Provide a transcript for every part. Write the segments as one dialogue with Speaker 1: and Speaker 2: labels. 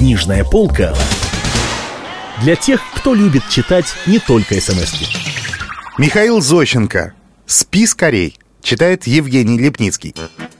Speaker 1: Книжная полка для тех, кто любит читать не только смс-ки.
Speaker 2: Михаил Зощенко. «Спи скорей», читает Евгений Лепницкий.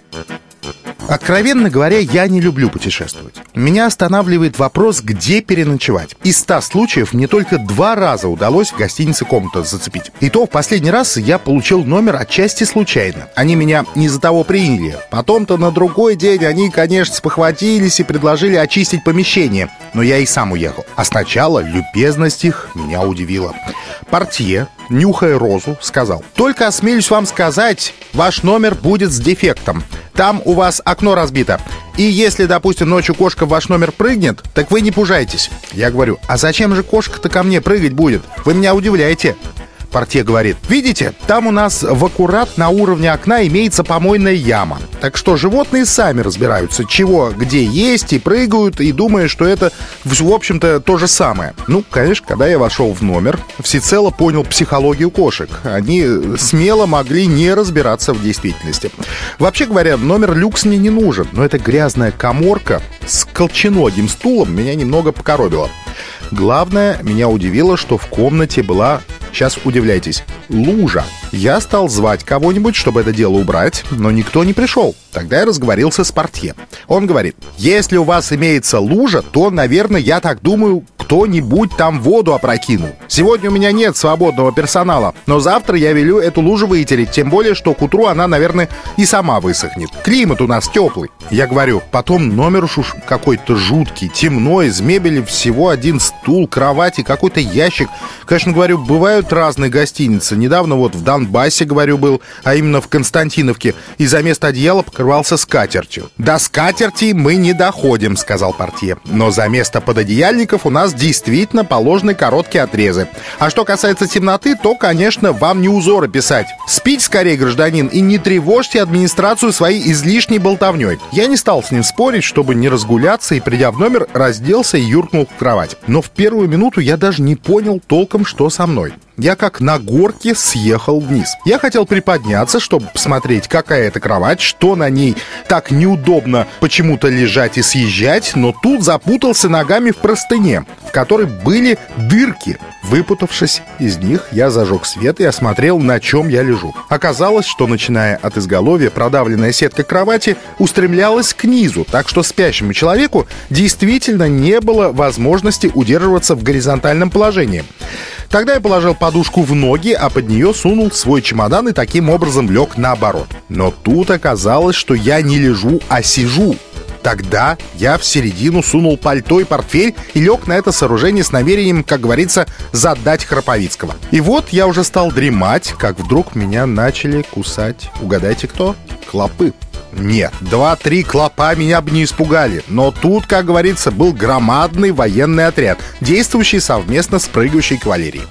Speaker 2: Откровенно говоря, я не люблю путешествовать. Меня останавливает вопрос, где переночевать. Из 100 случаев мне только 2 раза удалось в гостинице комнату зацепить. И то в последний раз я получил номер отчасти случайно. Они меня не за того приняли. Потом-то на другой день они, конечно, спохватились и предложили очистить помещение. Но я и сам уехал. А сначала любезность их меня удивила. Портье, нюхая розу, сказал: «Только осмелюсь вам сказать, ваш номер будет с дефектом. Там у вас окно разбито. И если, допустим, ночью кошка в ваш номер прыгнет, так вы не пужайтесь». Я говорю: «А зачем же кошка-то ко мне прыгать будет? Вы меня удивляете». Портье говорит: «Видите, там у нас в аккурат на уровне окна имеется помойная яма. Так что животные сами разбираются, чего где есть, и прыгают, и думают, что это, в общем-то, то же самое». Ну, конечно, когда я вошел в номер, всецело понял психологию кошек. Они смело могли не разбираться в действительности. Вообще говоря, номер люкс мне не нужен, но эта грязная каморка с колченогим стулом меня немного покоробила. Главное, меня удивило, что в комнате была, сейчас удивляйтесь, лужа. Я стал звать кого-нибудь, чтобы это дело убрать, но никто не пришел. Тогда я разговорился с портье. Он говорит: «Если у вас имеется лужа, то, наверное, я так думаю, кто-нибудь там воду опрокинул. Сегодня у меня нет свободного персонала, но завтра я велю эту лужу вытереть, тем более, что к утру она, наверное, и сама высохнет. Климат у нас теплый». Я говорю: «Потом номер уж какой-то жуткий, темно, из мебели всего один стул, кровать и какой-то ящик». Конечно, говорю, бывают разные гостиницы. Недавно вот в Донбассе, говорю, был, а именно в Константиновке, и за место одеяла покрывался скатертью. «До скатерти мы не доходим», — сказал портье. «Но за место пододеяльников у нас действительно положены короткие отрезы. А что касается темноты, то, конечно, вам не узоры писать. Спите скорее, гражданин, и не тревожьте администрацию своей излишней болтовней». Я не стал с ним спорить, чтобы не разгуляться, и, придя в номер, разделся и юркнул в кровать. Но в первую минуту я даже не понял толком, что со мной. Я как на горке съехал вниз. Я хотел приподняться, чтобы посмотреть, какая это кровать, что на ней так неудобно почему-то лежать и съезжать, но тут запутался ногами в простыне, в которой были дырки. Выпутавшись из них, я зажег свет и осмотрел, на чем я лежу. Оказалось, что, начиная от изголовья, продавленная сетка кровати устремлялась к низу, так что спящему человеку действительно не было возможности удерживаться в горизонтальном положении. Тогда я положил подушку в ноги, а под нее сунул свой чемодан и таким образом лег наоборот. Но тут оказалось, что я не лежу, а сижу. Тогда я в середину сунул пальто и портфель и лег на это сооружение с намерением, как говорится, задать Храповицкого. И вот я уже стал дремать, как вдруг меня начали кусать. Угадайте, кто? Клопы. Нет, 2-3 клопа меня бы не испугали. Но тут, как говорится, был громадный военный отряд, действующий совместно с прыгающей кавалерией.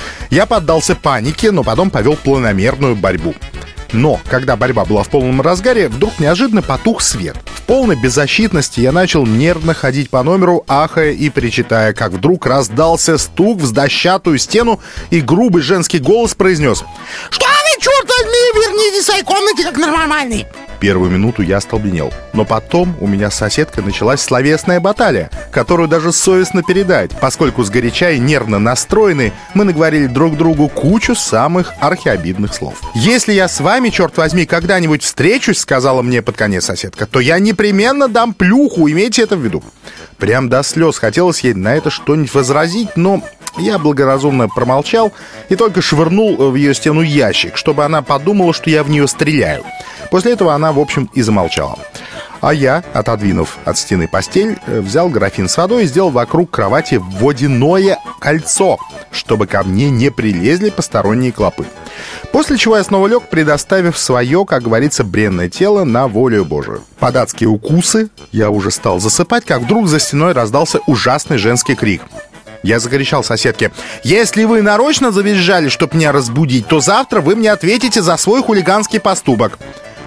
Speaker 2: Я поддался панике, но потом повел планомерную борьбу. Но, когда борьба была в полном разгаре, вдруг неожиданно потух свет. В полной беззащитности я начал нервно ходить по номеру, ахая и причитая, как вдруг раздался стук в дощатую стену, и грубый женский голос произнес: «Что вы, черт возьми, вернитесь в своей комнате, как нормальный!» Первую минуту я остолбенел. Но потом у меня с соседкой началась словесная баталия, которую даже совестно передать, поскольку сгоряча и нервно настроенные мы наговорили друг другу кучу самых архиобидных слов. «Если я с вами, черт возьми, когда-нибудь встречусь, — сказала мне под конец соседка, — то я непременно дам плюху, имейте это в виду». Прям до слез хотелось ей на это что-нибудь возразить, но я благоразумно промолчал и только швырнул в ее стену ящик, чтобы она подумала, что я в нее стреляю. После этого она, в общем, и замолчала. А я, отодвинув от стены постель, взял графин с водой и сделал вокруг кровати водяное кольцо, чтобы ко мне не прилезли посторонние клопы. После чего я снова лег, предоставив свое, как говорится, бренное тело на волю Божию. Под адские укусы я уже стал засыпать, как вдруг за стеной раздался ужасный женский крик. Я закричал соседке: «Если вы нарочно завизжали, чтобы меня разбудить, то завтра вы мне ответите за свой хулиганский поступок».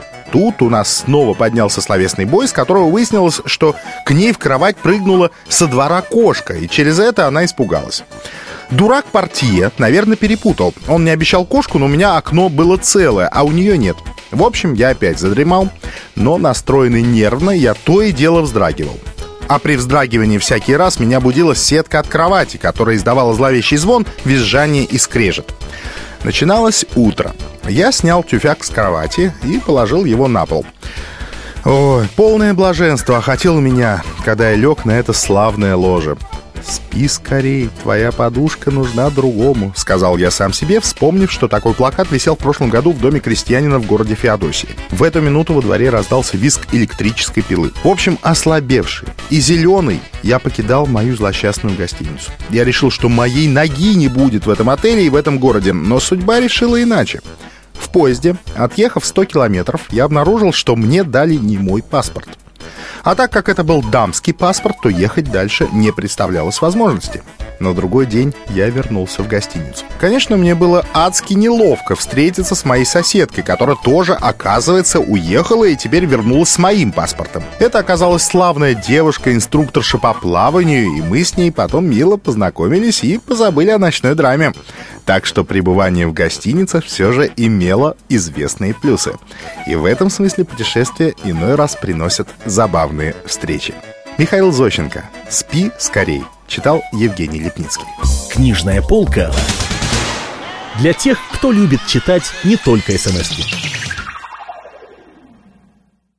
Speaker 2: Тут у нас снова поднялся словесный бой, с которого выяснилось, что к ней в кровать прыгнула со двора кошка, и через это она испугалась. Дурак портье, наверное, перепутал. Он мне обещал кошку, но у меня окно было целое, а у нее нет. В общем, я опять задремал, но настроенный нервно, я то и дело вздрагивал. А при вздрагивании всякий раз меня будила сетка от кровати, которая издавала зловещий звон, визжание и скрежет. Начиналось утро. Я снял тюфяк с кровати и положил его на пол. Ой, полное блаженство охватило меня, когда я лег на это славное ложе. «Спи скорей, твоя подушка нужна другому», — сказал я сам себе, вспомнив, что такой плакат висел в прошлом году в доме крестьянина в городе Феодосии. В эту минуту во дворе раздался визг электрической пилы. В общем, ослабевший и зеленый, я покидал мою злосчастную гостиницу. Я решил, что моей ноги не будет в этом отеле и в этом городе, но судьба решила иначе. В поезде, отъехав 100 километров, я обнаружил, что мне дали не мой паспорт. А так как это был дамский паспорт, то ехать дальше не представлялось возможности. На другой день я вернулся в гостиницу. Конечно, мне было адски неловко встретиться с моей соседкой, которая тоже, оказывается, уехала и теперь вернулась с моим паспортом. Это оказалась славная девушка, инструкторша по плаванию, и мы с ней потом мило познакомились и позабыли о ночной драме. Так что пребывание в гостинице все же имело известные плюсы. И в этом смысле путешествия иной раз приносят забавные встречи. Михаил Зощенко. «Спи скорей», читал Евгений Лепницкий.
Speaker 1: Книжная полка для тех, кто любит читать не только смс-ки.